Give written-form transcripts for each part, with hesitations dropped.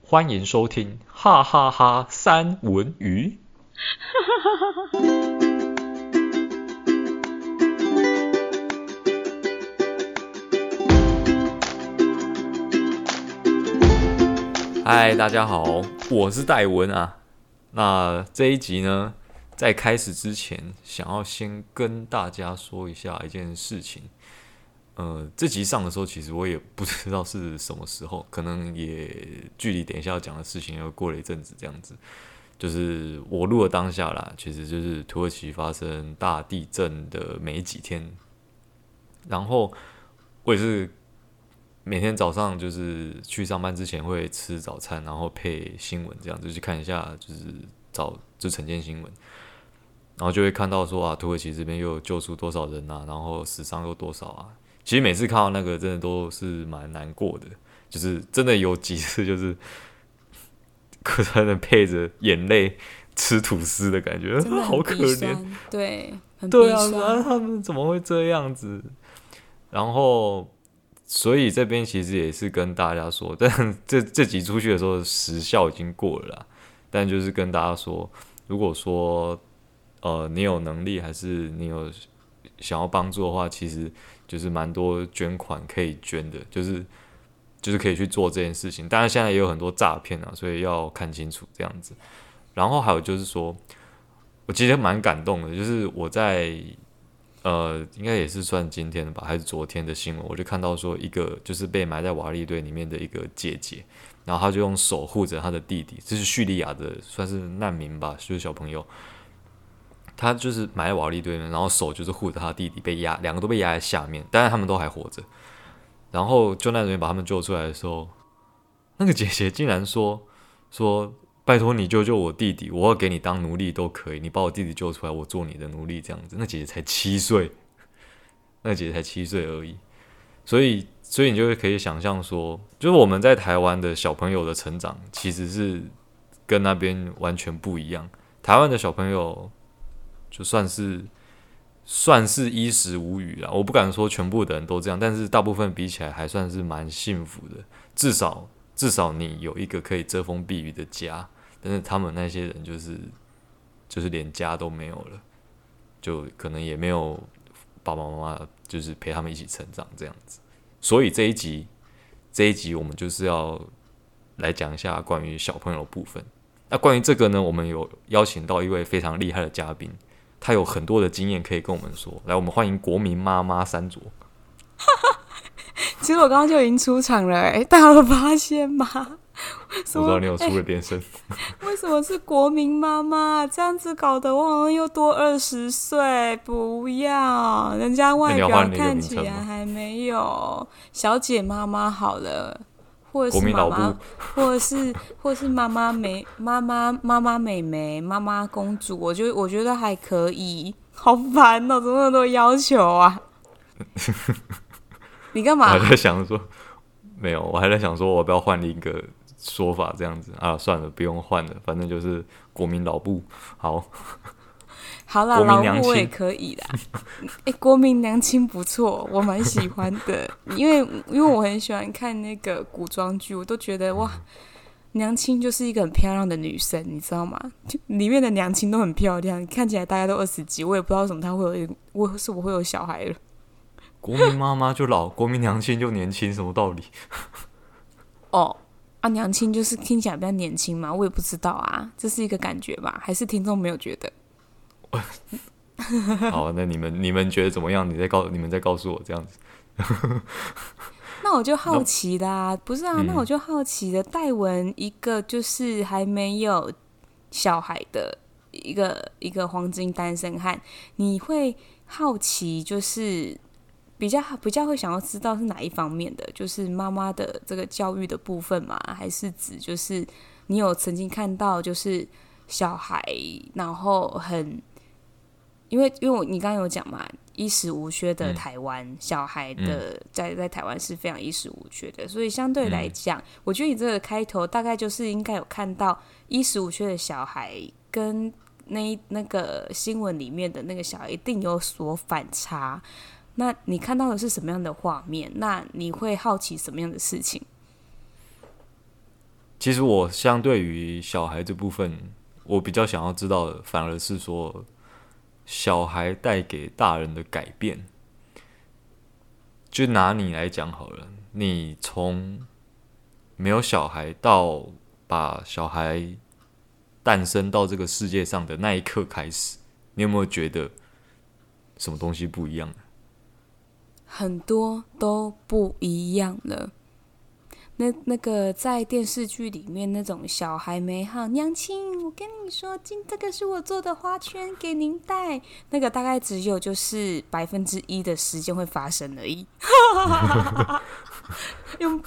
欢迎收听哈哈哈三文鱼。嗨，大家好，我是戴文啊。那这一集呢，在开始之前，想要先跟大家说一下一件事情。这集上的时候，其实我也不知道是什么时候，可能也距离等一下要讲的事情又过了一阵子，这样子。就是我录的当下啦，其实就是土耳其发生大地震的没几天，然后我也是每天早上就是去上班之前会吃早餐，然后配新闻这样子去看一下，就晨间新闻，然后就会看到说啊，土耳其这边又有救出多少人啊，然后死伤又多少啊。其实每次看到那个真的都是蛮难过的，就是真的有几次就是可能配着眼泪吃吐司的感觉， 真的好可怜。 对，很对啊， 鼻酸。 他们怎么会这样子？然后，所以这边其实也是跟大家说，但这集出去的时候时效已经过了啦。但就是跟大家说，如果说你有能力还是你有想要帮助的话，其实就是蛮多捐款可以捐的，就是可以去做这件事情。当然现在也有很多诈骗啊，所以要看清楚这样子。然后还有就是说，我其实蛮感动的，就是我在应该也是算今天的吧，还是昨天的新闻，我就看到说一个就是被埋在瓦砾堆里面的一个姐姐，然后她就用手护着她的弟弟，这是叙利亚的算是难民吧，就是小朋友，他就是埋在瓦砾堆里面，然后手就是护着他弟弟被压，两个都被压在下面，但是他们都还活着。然后救难人员把他们救出来的时候，那个姐姐竟然说拜托你救救我弟弟，我要给你当奴隶都可以，你把我弟弟救出来，我做你的奴隶这样子。那姐姐才7岁，那姐姐才7岁而已，所以你就可以想象说，就是我们在台湾的小朋友的成长，其实是跟那边完全不一样。台湾的小朋友就算是衣食无余啦，我不敢说全部的人都这样，但是大部分比起来还算是蛮幸福的，至少你有一个可以遮风避雨的家。但是他们那些人就是连家都没有了，就可能也没有爸爸妈妈就是陪他们一起成长这样子。所以这一集我们就是要来讲一下关于小朋友的部分。那关于这个呢，我们有邀请到一位非常厉害的嘉宾，他有很多的经验可以跟我们说。来，我们欢迎国民妈妈山卓。 其实我刚刚就已经出场了，大家有发现吗？ 我知道你有出了变身。 为什么是国民妈妈？这样子搞得我好像又多20岁，不要，人家外表看起来还没有小姐妈妈好了，或者是妈妈，或者是妈妈美眉、妈妈公主，我觉得还可以。好烦哦，怎么那么多要求啊？你干嘛？ 我还在想说，没有，我还在想说，我要不要换一个说法这样子啊？算了，不用换了，反正就是国民老布。好啦，老布我也可以啦。国民娘亲不错，我蛮喜欢的，因为我很喜欢看那个古装剧，我都觉得哇，娘亲就是一个很漂亮的女生，你知道吗？就里面的娘亲都很漂亮，看起来大家都20几，我也不知道为什么她会有小孩了。 国民妈妈就老，国民娘亲就年轻，什么道理？ 娘亲就是听起来比较年轻嘛，我也不知道啊，这是一个感觉吧？还是听众没有觉得？ 好，那你们觉得怎么样？你们再告诉我这样子。 那我就好奇啦，不是啊？那我就好奇了，戴文一个就是还没有小孩的一个黄金单身汉，你会好奇就是比较会想要知道是哪一方面的，就是妈妈的这个教育的部分嘛，还是指就是你有曾经看到就是小孩，然后因为你刚刚有讲嘛，衣食无缺的台湾，小孩的在台湾是非常衣食无缺的，所以相对来讲，我觉得你这个开头大概就是应该有看到衣食无缺的小孩跟那个新闻里面的那个小孩一定有所反差。那你看到的是什么样的画面？那你会好奇什么样的事情？ 其实我相对于小孩这部分，我比较想要知道的，反而是说小孩带给大人的改变。就拿你来讲好了，你从没有小孩到把小孩诞生到这个世界上的那一刻开始，你有没有觉得什么东西不一样了？ 很多都不一样了。那个在电视剧里面那种小孩没好，娘亲，我跟你说，这个是我做的花圈，给您戴。那个大概只有就是1%的时间会发生而已。用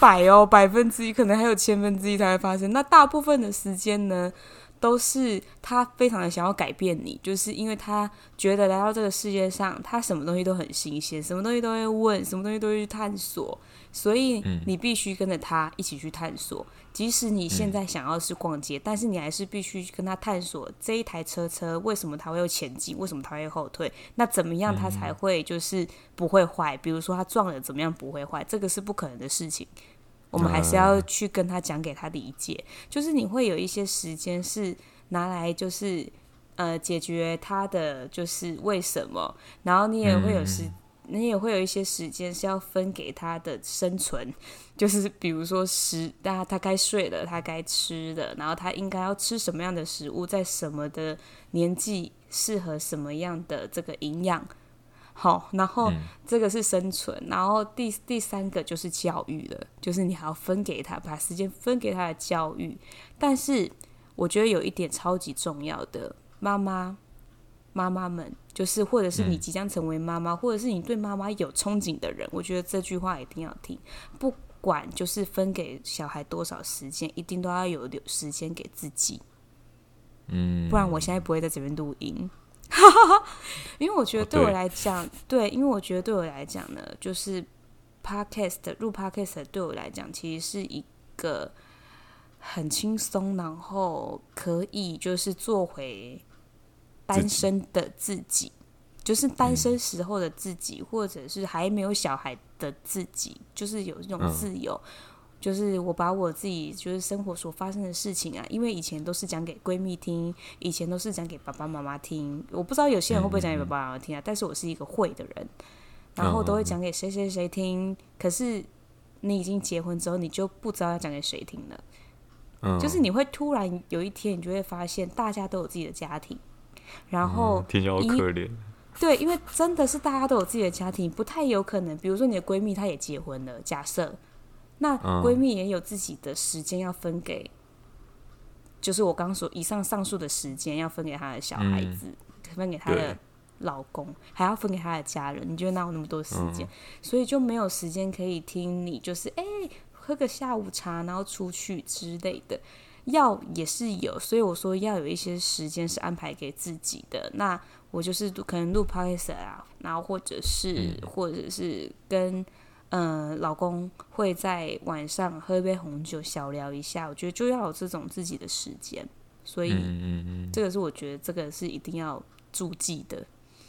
1%，可能还有1,000,000,000才会发生。那大部分的时间呢，都是他非常的想要改变你，就是因为他觉得来到这个世界上，他什么东西都很新鲜，什么东西都会问，什么东西都会去探索，所以你必须跟着他一起去探索。即使你现在想要是逛街，但是你还是必须跟他探索这一台车为什么它会前进，为什么它会后退，那怎么样它才会就是不会坏？比如说他撞了怎么样不会坏，这个是不可能的事情。我们还是要去跟他讲给他理解，就是你会有一些时间是拿来就是解决他的就是为什么，然后你也会有一些时间是要分给他的生存，就是比如说他该睡了，他该吃的，然后他应该要吃什么样的食物，在什么的年纪适合什么样的这个营养。好，然后这个是生存，然后第三个就是教育了，就是你还要分给他，把时间分给他的教育。但是我觉得有一点超级重要的，妈妈们，就是或者是你即将成为妈妈，或者是你对妈妈有憧憬的人，我觉得这句话一定要听。不管就是分给小孩多少时间，一定都要有时间给自己。不然我现在不会在这边录音。因为我觉得对我来讲，因为我觉得对我来讲呢，就是 录 podcast 对我来讲，其实是一个很轻松，然后可以就是做回单身的自己，就是单身时候的自己，或者是还没有小孩的自己，就是有这种自由。就是我把我自己就是生活所发生的事情啊，因为以前都是讲给闺蜜听，以前都是讲给爸爸妈妈听，我不知道有些人会不会讲给爸爸妈妈听啊，但是我是一个会的人，然后都会讲给谁谁谁听。可是你已经结婚之后，你就不知道要讲给谁听了。就是你会突然有一天，你就会发现大家都有自己的家庭，然后听起来好可怜。 对，因为真的是大家都有自己的家庭，不太有可能，比如说你的闺蜜她也结婚了，假设。那闺蜜也有自己的时间要分给，就是我刚所以上述的时间要分给她的小孩子，分给她的老公，还要分给她的家人。你觉得哪有那么多时间？所以就没有时间可以听你就是喝个下午茶，然后出去之类的。要也是有，所以我说要有一些时间是安排给自己的。那我就是可能录 podcast 啊，然后或者是跟老公会在晚上喝一杯红酒小聊一下，我觉得就要有这种自己的时间，所以这个是我觉得这个是一定要注记的。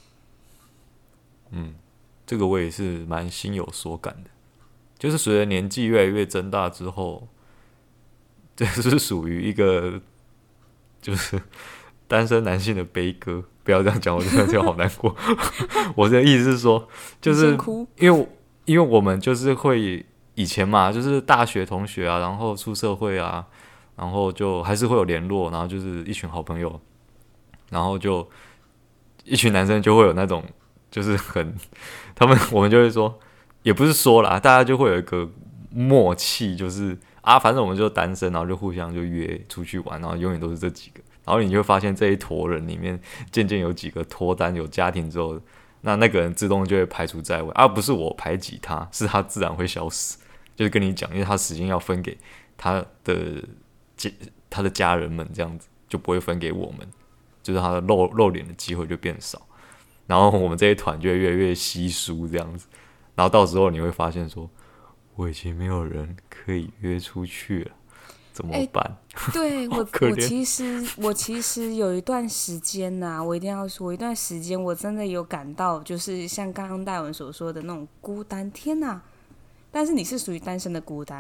这个我也是蛮心有所感的，就是随着年纪越来越增大之后，这是属于一个就是单身男性的悲歌。不要这样讲，我真的好难过。我的意思是说，就是因为我们就是会以前嘛，就是大学同学啊，然后出社会啊，然后就还是会有联络，然后就是一群好朋友，然后就一群男生就会有那种就是我们就会说，也不是说啦，大家就会有一个默契，就是反正我们就单身，然后就互相就约出去玩，然后永远都是这几个，然后你就会发现这一坨人里面渐渐有几个脱单有家庭之后。那个人自动就会排除在外，不是我排挤他，是他自然会消失。就是跟你讲，因为他时间要分给他的家人们，这样子就不会分给我们，就是他的露脸的机会就变少。然后我们这一团就会越来越稀疏这样子。然后到时候你会发现说，我已经没有人可以约出去了。怎么办？ 对我其实有一段时间呐，我一定要说，一段时间我真的有感到，就是像刚刚戴文所说的那种孤单。天哪！但是你是属于单身的孤单，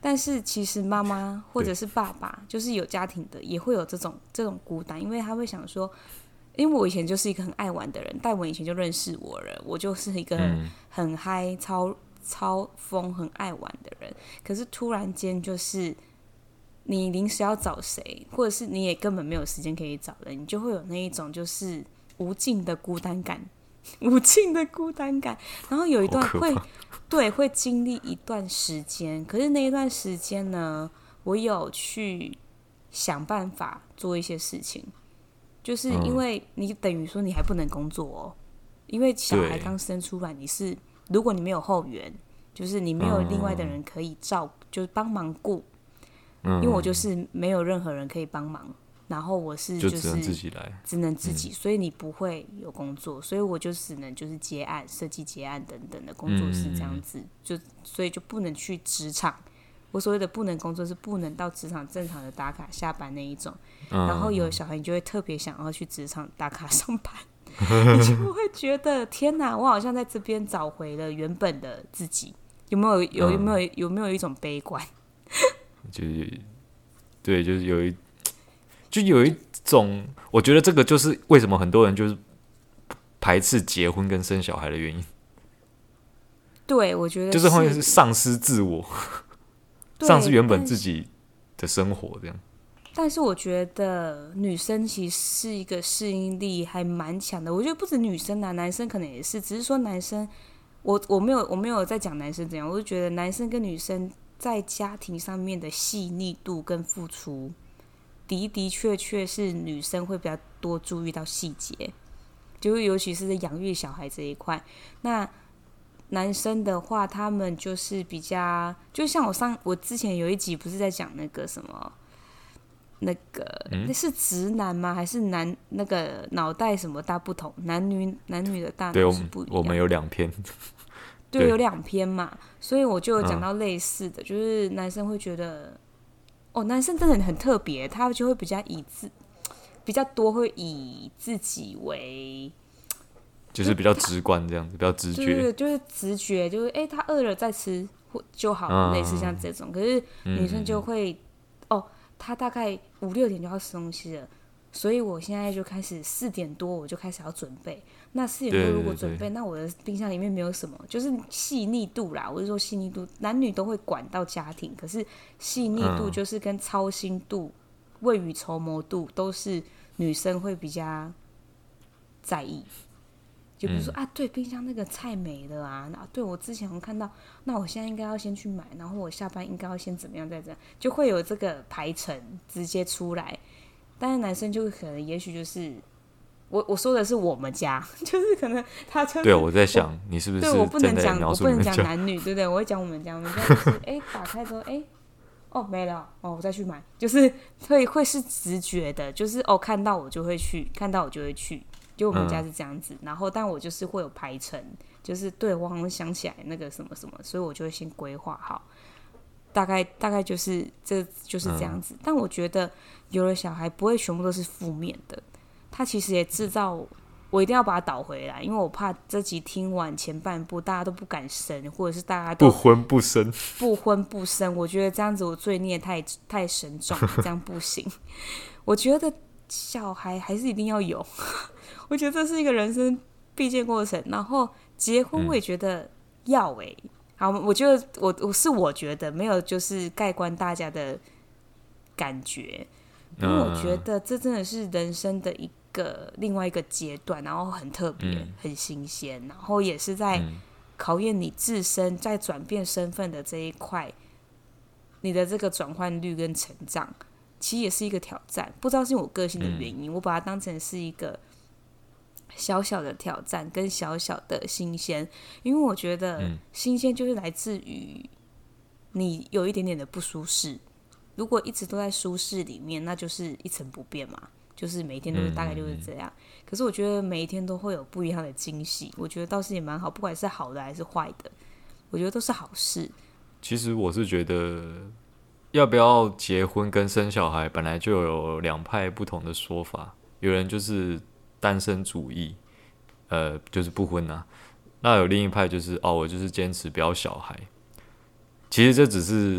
但是其实妈妈或者是爸爸，就是有家庭的，也会有这种孤单，因为他会想说，因为我以前就是一个很爱玩的人，戴文以前就认识我了，我就是一个很嗨、超疯、很爱玩的人。可是突然间就是你临时要找谁，或者是你也根本没有时间可以找人，你就会有那一种就是无尽的孤单感，无尽的孤单感。然后有一段会经历一段时间，可是那一段时间呢，我有去想办法做一些事情，就是因为你等于说你还不能工作哦，因为小孩刚生出来，如果你没有后援，就是你没有另外的人可以就是帮忙顾。因为我就是没有任何人可以帮忙，然后我是就只能自己来， 只能自己，所以你不会有工作，所以我就只能就是接案、设计接案等等的工作室这样子，所以就不能去职场。我所谓的不能工作是不能到职场正常的打卡下班那一种。然后有小孩，你就会特别想要去职场打卡上班，你就会觉得天哪，我好像在这边找回了原本的自己。有没有一种悲观？ 就是对，就是有一种，我觉得这个就是为什么很多人就是排斥结婚跟生小孩的原因。 对，我觉得就是会是丧失自我，丧失原本自己的生活这样。 但是我觉得女生其实是一个适应力还蛮强的，我觉得不止女生啊，男生可能也是，只是说男生，我没有在讲男生怎样，我就觉得男生跟女生在家庭上面的细腻度跟付出，的确是女生会比较多注意到细节，就是尤其是在养育小孩这一块。那男生的话，他们就是比较，就像我之前有一集不是在讲那个什么，那个是直男吗？还是那个脑袋什么大不同？男女的大脑是不一样。 我们有2篇。 对，有2篇嘛，所以我就有讲到类似的，就是男生会觉得，男生真的很特别，他就会比较多会以自己为， 就是比较直观这样子，比较直觉， 对，就是直觉，就是他饿了再吃就好了，类似像这种。可是女生就会，他大概5、6点就要吃东西了，所以我现在就开始4点多我就开始要准备。那4点多如果准备，那我的冰箱里面没有什么，就是细腻度啦。我是说细腻度，男女都会管到家庭，可是细腻度就是跟操心度、未雨绸缪度都是女生会比较在意。就比如说对，冰箱那个菜没了啊，对，我之前有看到，那我现在应该要先去买，然后我下班应该要先怎么样再这样，就会有这个排程直接出来。但是男生就可能也许就是我说的是我们家，就是可能他就是对，我在想你是不是对我不能讲男女，对不对？我会讲我们家，我们家就是打开之后没了我再去买，就是会是直觉的，就是看到我就会去，就我们家是这样子，然后但我就是会有排程，就是对我好像想起来那个什么什么，所以我就会先规划好，大概就是就是这样子。但我觉得有了小孩不会全部都是负面的，他其实也制造，我一定要把它倒回来，因为我怕这集听完前半部大家都不敢生，或者是大家都不婚不生， 我觉得这样子我罪孽太深重了，这样不行。我觉得小孩还是一定要有，我觉得这是一个人生必经过程。然后结婚我也觉得要好，我觉得我觉得没有就是盖棺大家的感觉，因为我觉得这真的是人生的另外一个阶段，然后很特别，很新鲜，然后也是在考验你自身在转变身份的这一块，你的这个转换率跟成长，其实也是一个挑战。不知道是因为我个性的原因，我把它当成是一个小小的挑战跟小小的新鲜，因为我觉得新鲜就是来自于你有一点点的不舒适。如果一直都在舒适里面，那就是一成不变嘛，就是每一天都是大概就是这样。可是我觉得每一天都会有不一样的惊喜，我觉得倒是也蛮好，不管是好的还是坏的，我觉得都是好事。 其实我是觉得要不要结婚跟生小孩本来就有2派不同的说法，有人就是单身主义，就是不婚啊，那有另一派就是我就是坚持不要小孩。其实这只是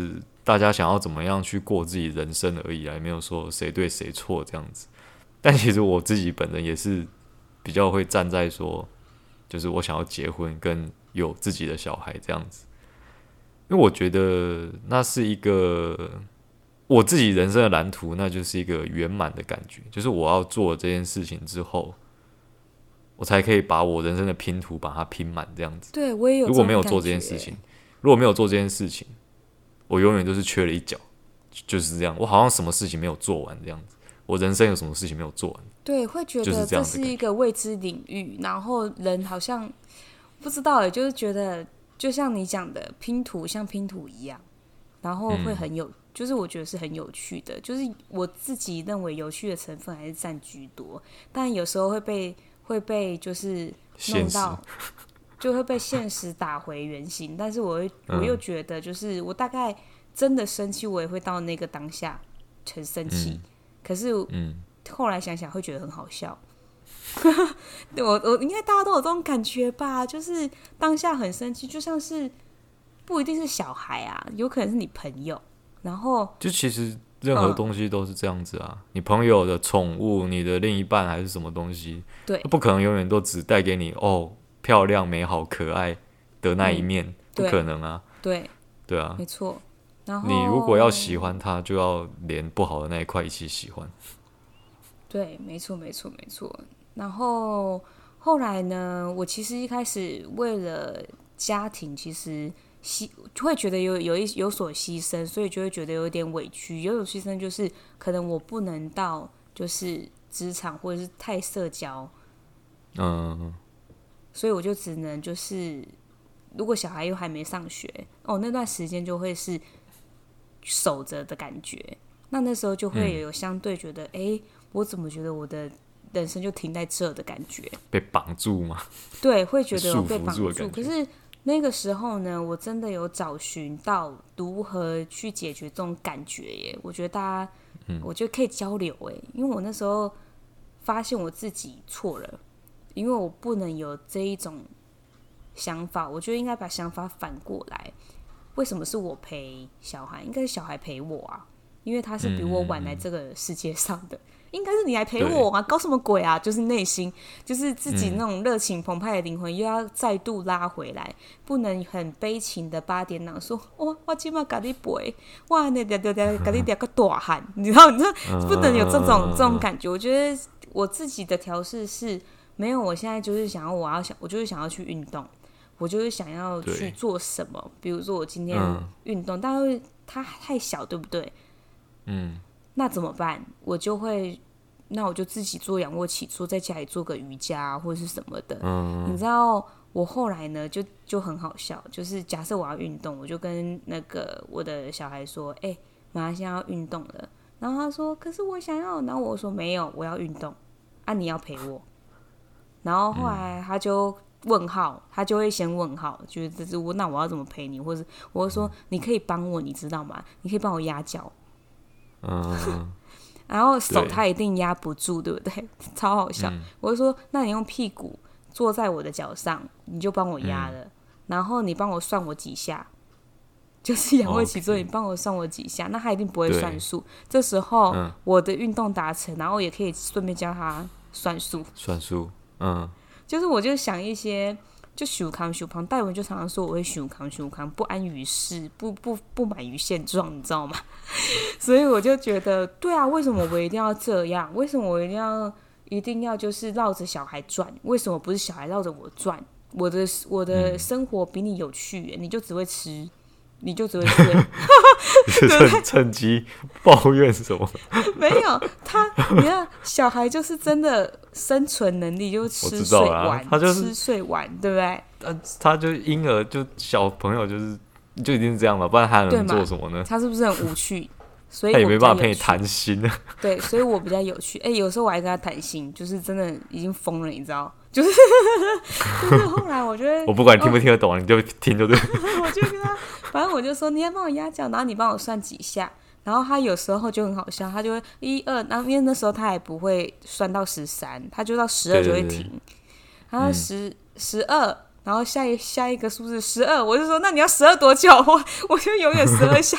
大家想要怎么样去过自己人生而已啦，也没有说谁对谁错这样子。但其实我自己本人也是比较会站在说，就是我想要结婚跟有自己的小孩这样子，因为我觉得那是一个我自己人生的蓝图，那就是一个圆满的感觉，就是我要做这件事情之后，我才可以把我人生的拼图把它拼满这样子。 对，我也有这如种感觉。 果没有做这件事情，如果没有做这件事情，我永远都是缺了一角，就是这样。我好像什么事情没有做完这样子，我人生有什么事情没有做完？ 对，会觉得这是一个未知领域，然后人好像不知道就是觉得就像你讲的拼图，像拼图一样，然后会很有，就是我觉得是很有趣的，就是我自己认为有趣的成分还是占居多，但有时候会被就是弄到，就会被现实打回原形。但是我又觉得，就是我大概真的生气，我也会到那个当下很生气，可是后来想想会觉得很好笑。我应该大家都有这种感觉吧，就是当下很生气，就像是不一定是小孩啊，有可能是你朋友，然后就其实任何东西都是这样子啊，你朋友的宠物，你的另一半还是什么东西， 对， 不可能永远都只带给你漂亮、美好、可爱的那一面，不可能啊。 对啊， 没错。然后你如果要喜欢它，就要连不好的那一块一起喜欢。 对，没错。然后后来呢，我其实一开始为了家庭，其实会觉得有所牺牲，所以就会觉得有点委屈。有所牺牲就是可能我不能到就是职场或者是太社交，所以我就只能就是如果小孩又还没上学那段时间就会是守着的感觉。那时候就会有相对觉得我怎么觉得我的人生就停在这的感觉， 被绑住吗？ 对，会觉得有被绑住。 可是那个时候呢，我真的有找寻到如何去解决这种感觉耶。我觉得大家，我觉得可以交流耶，因为我那时候发现我自己错了，因为我不能有这一种想法，我觉得应该把想法反过来。为什么是我陪小孩？应该是小孩陪我啊，因为他是比我晚来这个世界上的。应该是你来陪我啊，搞什么鬼啊？就是内心，就是自己那种热情澎湃的灵魂，又要再度拉回来，不能很悲情的8点档说，我今晚跟你陪，哇，那跟你聊个大汉，你知道，不能有这种感觉。我觉得我自己的调试是没有，我现在就是我就是想要去运动，我就是想要去做什么，比如说我今天运动，但是它太小，对不对？那怎么办？我就自己做仰卧起坐，在家里做个瑜伽或者是什么的。你知道我后来呢，就很好笑，就是假设我要运动，我就跟那个我的小孩说：“妈现在要运动了。”然后他说：“可是我想要。”然后我说：“没有，我要运动啊，你要陪我。”然后后来他就问号，他就会先问号，就是这是那我要怎么陪你，或者我会说你可以帮我，你知道吗？你可以帮我压脚。然后手他一定压不住，对不对？超好笑。我就说，那你用屁股坐在我的脚上，你就帮我压了。然后你帮我算我几下，就是仰卧起坐，你帮我算我几下，那他一定不会算数。这时候我的运动达成，然后也可以顺便教他算数。就是我就想一些。就想康想胖，戴文就常常说我会想康，不安于世，不满于现状，你知道吗？所以我就觉得，对啊，为什么我一定要这样？为什么我一定要就是绕着小孩转？为什么不是小孩绕着我转？我的生活比你有趣耶，你就只会吃，你就只会睡， 趁机抱怨什么？ 没有你看小孩就是真的生存能力，就吃睡玩， 他就是吃睡玩，对不对？ 他就婴儿就小朋友就一定是这样嘛，不然他能做什么呢？ 他是不是很无趣？所以他也没办法陪你谈心啊。 对，所以我比较有趣。有时候我还跟他谈心，就是真的已经疯了，你知道？就是后来我觉得， 我不管你听不听得懂，你就听就对。 我就跟他，反正我就说你要帮我压脚，然后你帮我算几下。然后他有时候就很好笑，他就会1、2，然后因为那时候他还不会算到13，他就到12就会停。然后12，然后下一个数字12，我就说那你要12多久？我就永远12下。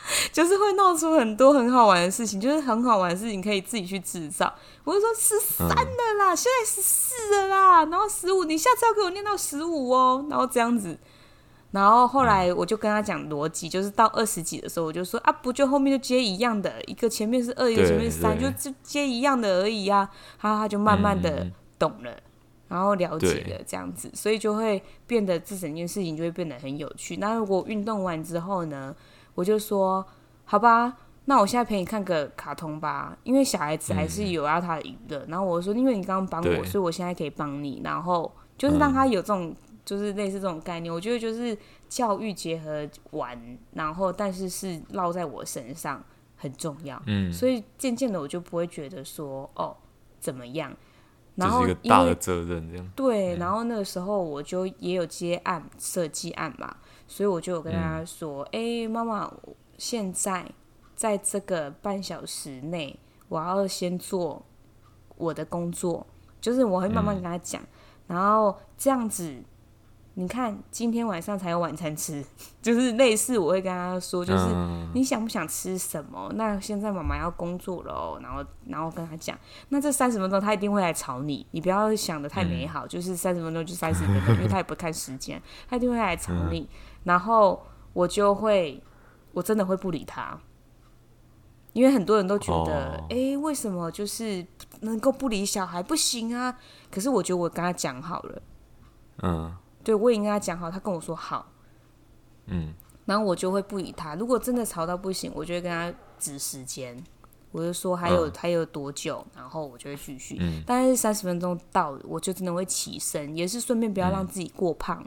就是会闹出很多很好玩的事情，就是很好玩的事情可以自己去制造。我就说13了啦，现在14了啦，然后15，你下次要给我念到15哦，然后这样子。然后后来我就跟他讲逻辑，就是到20几的时候，我就说啊，不就后面就接一样的，一个前面是2，一个前面是3，就接一样的而已啊。然后他就慢慢的懂了，然后了解了这样子，所以就会变得这整件事情就会变得很有趣。那如果运动完之后呢，我就说好吧，那我现在陪你看个卡通吧，因为小孩子还是有要他的娱乐。然后我说，因为你刚刚帮我，所以我现在可以帮你，然后就是让他有这种。就是类似这种概念，我觉得就是教育结合玩，然后但是是落在我身上很重要，所以渐渐的我就不会觉得说哦怎么样，然后就是一个大的责任这样。 对，然后那个时候我就也有接案设计案嘛，所以我就有跟他说，妈妈，现在在这个半小时内，我要先做我的工作，就是我会慢慢跟他讲，然后这样子。你看，今天晚上才有晚餐吃，就是类似我会跟他说，就是你想不想吃什么？那现在妈妈要工作了哦，然后跟他讲，那这30分钟他一定会来吵你，你不要想得太美好，就是30分钟就30分钟，因为他也不看时间，他一定会来吵你，然后我真的会不理他，因为很多人都觉得，为什么就是能够不理小孩不行啊？可是我觉得我跟他讲好了，对，我也跟他讲好，他跟我说好，然后我就会不理他。如果真的吵到不行，我就会跟他指时间，我就说还有多久，然后我就会继续。但是30分钟到了，我就真的会起身，也是顺便不要让自己过胖，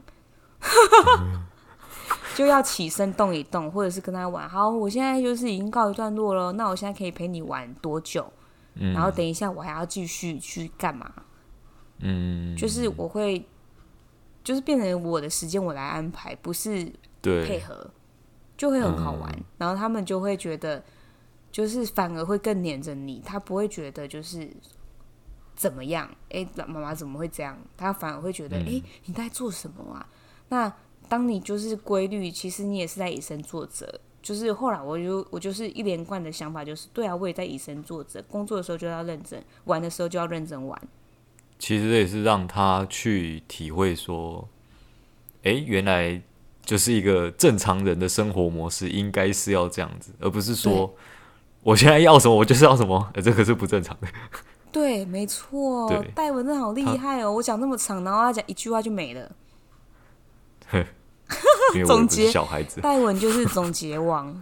就要起身动一动，或者是跟他玩。好，我现在就是已经告一段落了，那我现在可以陪你玩多久？然后等一下我还要继续去干嘛？就是我会。就是变成我的时间我来安排，不是配合，就会很好玩。然后他们就会觉得，就是反而会更黏着你，他不会觉得就是怎么样，妈妈怎么会这样？他反而会觉得，你在做什么啊？那当你就是规律，其实你也是在以身作则。就是后来我就是一连贯的想法，就是对啊，我也在以身作则，工作的时候就要认真，玩的时候就要认真玩。 其实这也是让他去体会说，原来就是一个正常人的生活模式，应该是要这样子，而不是说我现在要什么我就是要什么，这个是不正常的。 对，没错，戴文真的好厉害哦！我讲那么长，然后他讲一句话就没了。 因为我不是小孩子， 戴文就是总结王。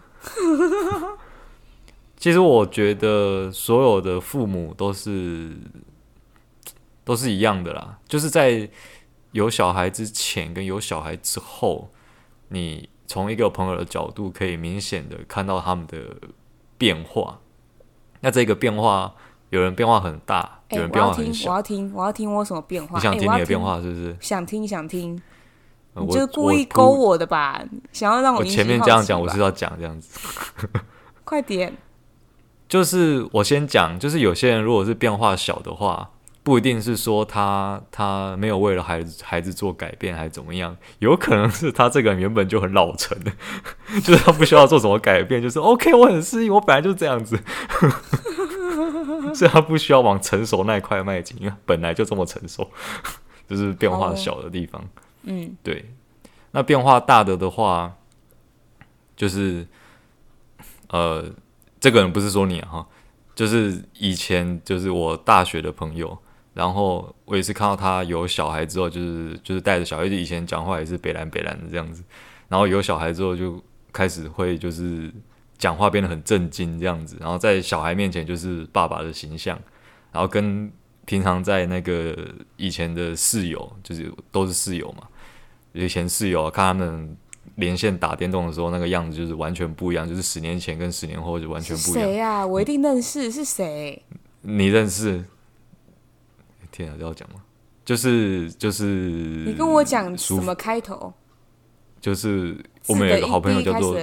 其实我觉得所有的父母都是一样的啦，就是在有小孩之前跟有小孩之后，你从一个朋友的角度可以明显的看到他们的变化。那这个变化，有人变化很大，有人变化很小。 我要听我有什么变化？ 你想听你的变化是不是？ 想听。你就故意勾我的吧？想要让我前面这样讲，我是要讲这样子。 快点！ 就是我先讲，就是有些人如果是变化小的话，不一定是说他没有为了孩子做改变还是怎么样，有可能是他这个人原本就很老成的，就是他不需要做什么改变，就是 OK， 我很适应，我本来就是这样子，所以他不需要往成熟那一块迈进，因为本来就这么成熟，就是变化小的地方。对。那变化大的话，就是这个人不是说你哈，就是以前就是我大学的朋友。然后我也是看到他有小孩之后，就是带着小孩，以前讲话也是北兰的这样子，然后有小孩之后就开始会就是讲话变得很正经这样子，然后在小孩面前就是爸爸的形象，然后跟平常在那个以前的室友，就是都是室友嘛，以前室友看他们连线打电动的时候，那个样子就是完全不一样，就是10年前跟10年后就完全不一样。 谁啊？我一定认识，是谁？ 你认识？天啊，这要讲吗？就是你跟我讲什么开头？ 就是我们有一个好朋友叫做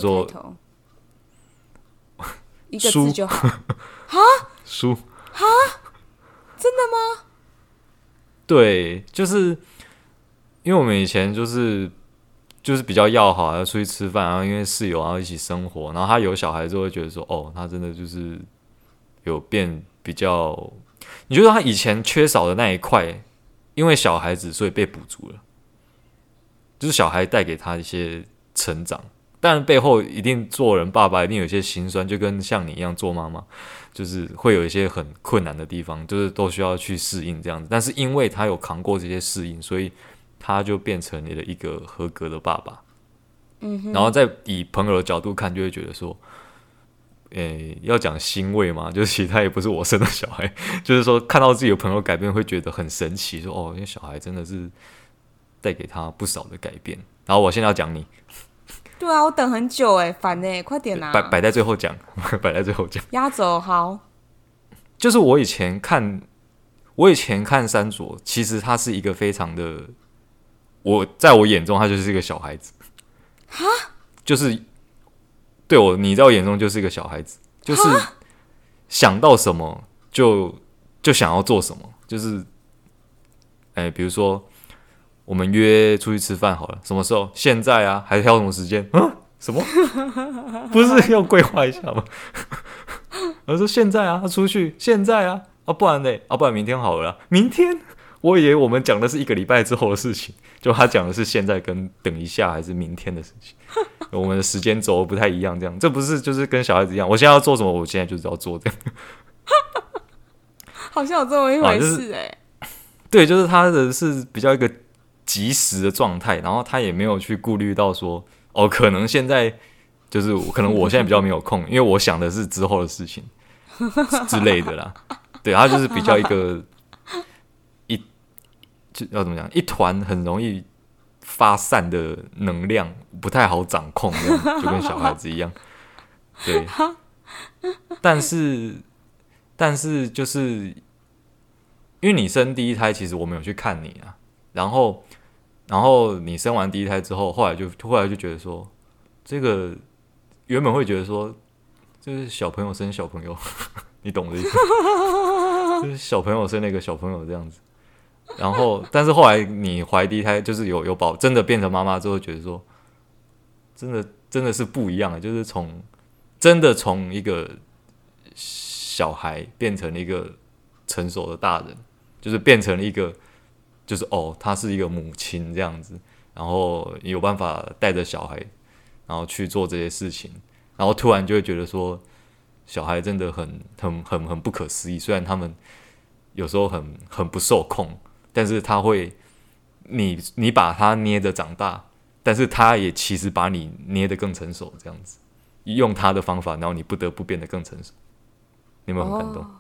一个字就好。哈？ 书？ 哈？真的吗？ 对，就是因为我们以前就是就是比较要好，要出去吃饭，然后因为室友然后一起生活，然后他有小孩之后会觉得说，哦，他真的就是有变比较，你觉得他以前缺少的那一块，因为小孩子所以被补足了，就是小孩带给他一些成长。但背后一定做人爸爸一定有一些辛酸，就跟像你一样做妈妈，就是会有一些很困难的地方，就是都需要去适应这样子。但是因为他有扛过这些适应，所以他就变成你的一个合格的爸爸。然后再以朋友的角度看，就会觉得说，要讲欣慰嘛，就是其实他也不是我生的小孩，就是说看到自己的朋友改变，会觉得很神奇，说哦，因为小孩真的是带给他不少的改变。然后我现在要讲你。 对啊，我等很久烦快点啊！ 摆在最后讲，摆在最后讲。 压轴好， 就是我以前看山卓，其实他是一个非常的，在我眼中他就是一个小孩子。 哈， 就是你在我眼中就是一个小孩子，就是想到什么就想要做什么，就是比如说。我们约出去吃饭好了，什么时候？现在啊，还挑什么时间？什么？不是要规划一下吗？我说现在啊，出去现在啊，不然呢？不然明天好了啦。明天？我以为我们讲的是1个礼拜之后的事情，就他讲的是现在跟等一下还是明天的事情。我们的时间轴不太一样，这样这不是就是跟小孩子一样？我现在要做什么，我现在就是要做这样。 好像有这么一回事对，就是他的是比较一个。及时的状态，然后他也没有去顾虑到说，可能现在就是可能我现在比较没有空，因为我想的是之后的事情之类的啦。对，他就是比较一个就要怎么讲，一团很容易发散的能量，不太好掌控，这样就跟小孩子一样。对，但是就是因为你生第一胎，其实我没有去看你啊，然后你生完第一胎之后，后来就觉得说，这个原本会觉得说，就是小朋友生小朋友，你懂的意思，就是小朋友生那个小朋友这样子。然后，但是后来你怀第一胎，就是有宝，真的变成妈妈之后，觉得说，真的是不一样的，就是真的从一个小孩变成一个成熟的大人，就是变成了一个。就是她是一个母亲这样子，然后有办法带着小孩，然后去做这些事情，然后突然就会觉得说，小孩真的很不可思议。虽然他们有时候很不受控，但是他会，你把他捏着长大，但是他也其实把你捏得更成熟，这样子，用他的方法，然后你不得不变得更成熟。你有没有很感动？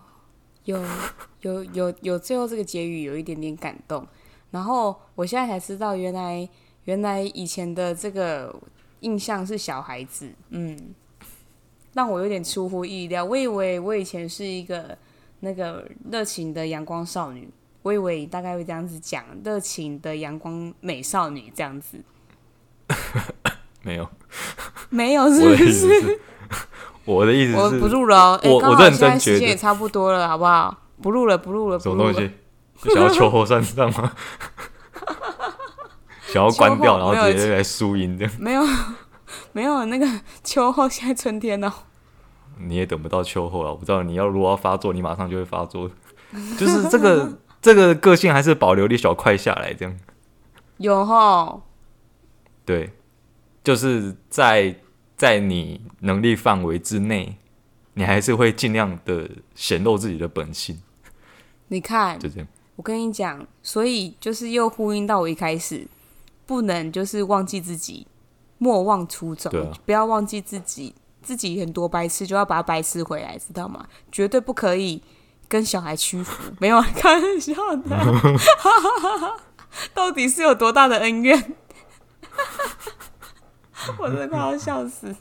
有最后这个结语有一点点感动，然后我现在才知道原来以前的这个印象是小孩子，让我有点出乎意料。我以为我以前是一个那个热情的阳光少女，我以为大概会这样子讲，热情的阳光美少女这样子。 没有是不是？ 我的意思是， 我不录了我认真觉得时间也差不多了，好不好？不录了。 什么东西？想要秋后算账吗？想要关掉，然后直接来输赢这样？ 没有，那个秋后现在春天了。 你也等不到秋后了，我不知道你如果要发作，你马上就会发作。就是这个个性还是保留一小块下来这样。 有齁。 对，就是在你能力范围之内，你还是会尽量的显露自己的本性。 你看， 就这样。 我跟你讲，所以就是又呼应到我一开始，不能就是忘记自己，莫忘初衷，不要忘记自己很多白痴，就要把它白痴回来，知道吗？绝对不可以跟小孩屈服。没有开玩笑的，到底是有多大的恩怨？我真的快要笑死！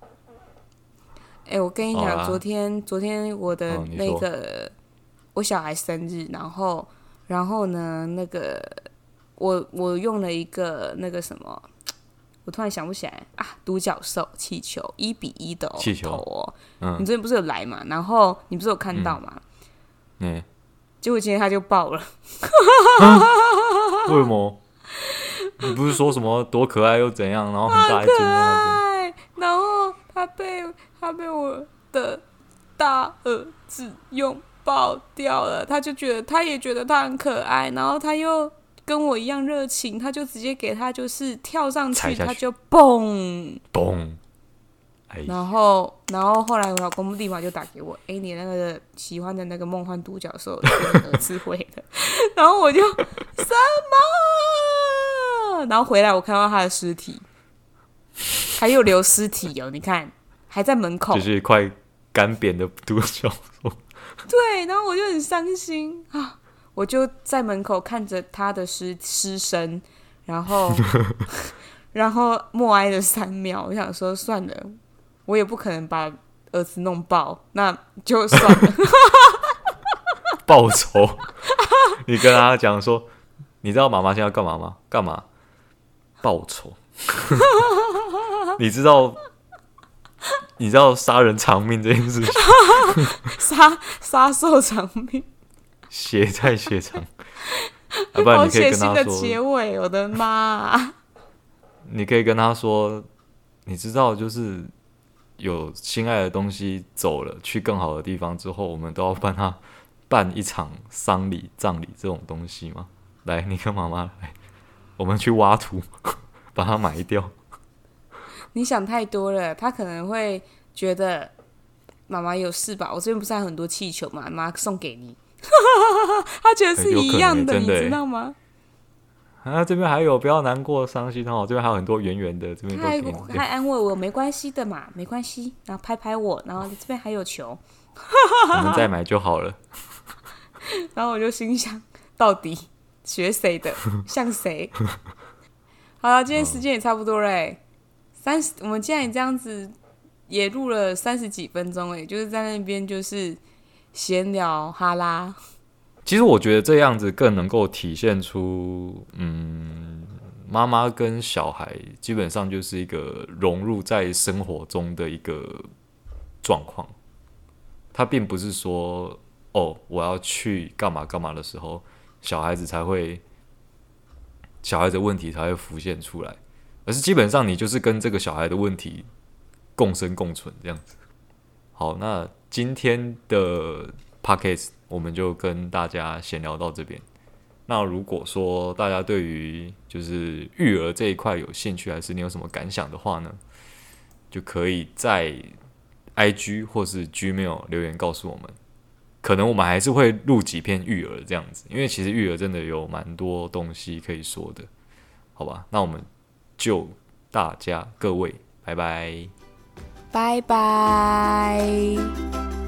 我跟你讲，昨天我的那个我小孩生日，然后呢，那个我用了一个那个什么，我突然想不起来啊，独角兽气球1:1的气球头你昨天不是有来嘛？然后你不是有看到嘛？结果今天他就爆了。 为什么？ 你不是说什么多可爱又怎样，然后很大一尊在那边， 然后他被我的大儿子拥抱掉了，他也觉得他很可爱，然后他又跟我一样热情，他就直接给他就是跳上去，他就蹦咚。 然后后来我老公立马就打给我，你那个喜欢的那个梦幻独角兽儿子会了，然后我就什么？然后回来我看到他的尸体，还有留尸体哦，你看还在门口， 就是一块干扁的独角兽。 对，然后我就很伤心啊，我就在门口看着他的尸身，然后默哀了3秒，我想说算了。我也不可能把儿子弄爆，那就算了。 报仇，你跟他讲说，你知道妈妈现在要干嘛吗？干嘛？报仇。你知道杀人偿命这件事情？ 杀兽偿命， 血债血偿。要不然你可以跟他说， 好血腥的结尾，我的妈！ 你可以跟他说，你知道就是有心爱的东西走了，去更好的地方之后，我们都要帮他办一场丧礼、葬礼这种东西吗？来，你跟妈妈来，我们去挖土，把它埋掉。 你想太多了，他可能会觉得妈妈有事吧？我这边不是还有很多气球嘛，妈送给你。他觉得是一样的，你知道吗？ 这边还有，不要难过伤心哦，这边还有很多圆圆的，这边都给你。 他还安慰我没关系的嘛，没关系，然后拍拍我，然后这边还有球， 我们再买就好了。 然后我就心想，到底学谁的，像谁？好了，今天时间也差不多了我们既然这样子也录了30几分钟就是在那边就是闲聊哈拉。 其实我觉得这样子更能够体现出，妈妈跟小孩基本上就是一个融入在生活中的一个状况。他并不是说，我要去干嘛干嘛的时候，小孩子的问题才会浮现出来，而是基本上你就是跟这个小孩的问题共生共存这样子。好，那今天的 Podcast 我们就跟大家闲聊到这边。那如果说大家对于就是育儿这一块有兴趣，还是你有什么感想的话呢，就可以在 IG 或是 Gmail 留言告诉我们。可能我们还是会录几篇育儿这样子，因为其实育儿真的有蛮多东西可以说的，好吧？那我们就大家各位，拜拜， 拜拜。